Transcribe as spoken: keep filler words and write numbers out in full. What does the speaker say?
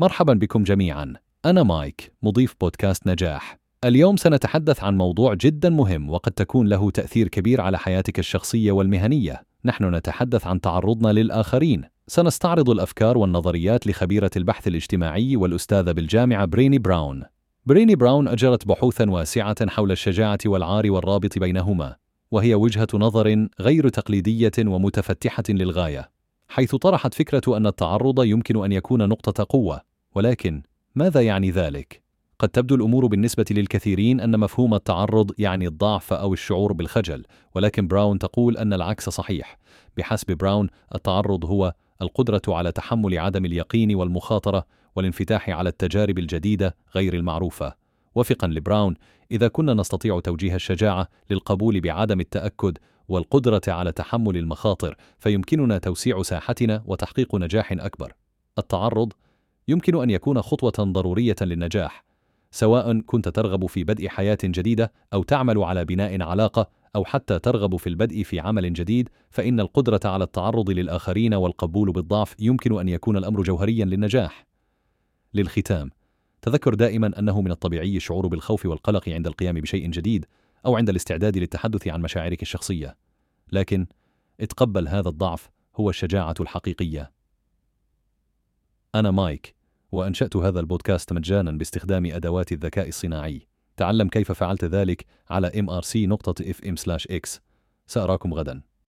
مرحبا بكم جميعا. أنا مايك، مضيف بودكاست نجاح. اليوم سنتحدث عن موضوع جدا مهم وقد تكون له تأثير كبير على حياتك الشخصية والمهنية. نحن نتحدث عن تعرضنا للآخرين. سنستعرض الأفكار والنظريات لخبيرة البحث الاجتماعي والأستاذة بالجامعة بريني براون. بريني براون أجرت بحوثا واسعة حول الشجاعة والعار والرابط بينهما، وهي وجهة نظر غير تقليدية ومتفتحة للغاية، حيث طرحت فكرة أن التعرض يمكن أن يكون نقطة قوة. ولكن ماذا يعني ذلك؟ قد تبدو الأمور بالنسبة للكثيرين أن مفهوم التعرض يعني الضعف أو الشعور بالخجل، ولكن براون تقول أن العكس صحيح. بحسب براون، التعرض هو القدرة على تحمل عدم اليقين والمخاطرة والانفتاح على التجارب الجديدة غير المعروفة. وفقا لبراون، إذا كنا نستطيع توجيه الشجاعة للقبول بعدم التأكد والقدرة على تحمل المخاطر، فيمكننا توسيع ساحتنا وتحقيق نجاح أكبر. التعرض يمكن أن يكون خطوة ضرورية للنجاح، سواء كنت ترغب في بدء حياة جديدة أو تعمل على بناء علاقة أو حتى ترغب في البدء في عمل جديد، فإن القدرة على التعرض للآخرين والقبول بالضعف يمكن أن يكون الأمر جوهريا للنجاح. للختام، تذكر دائما أنه من الطبيعي الشعور بالخوف والقلق عند القيام بشيء جديد أو عند الاستعداد للتحدث عن مشاعرك الشخصية، لكن اتقبل هذا الضعف هو الشجاعة الحقيقية. أنا مايك، وأنشأت هذا البودكاست مجانا باستخدام أدوات الذكاء الصناعي. تعلم كيف فعلت ذلك على إم آر سي دوت إف إم سلاش إكس. سأراكم غدا.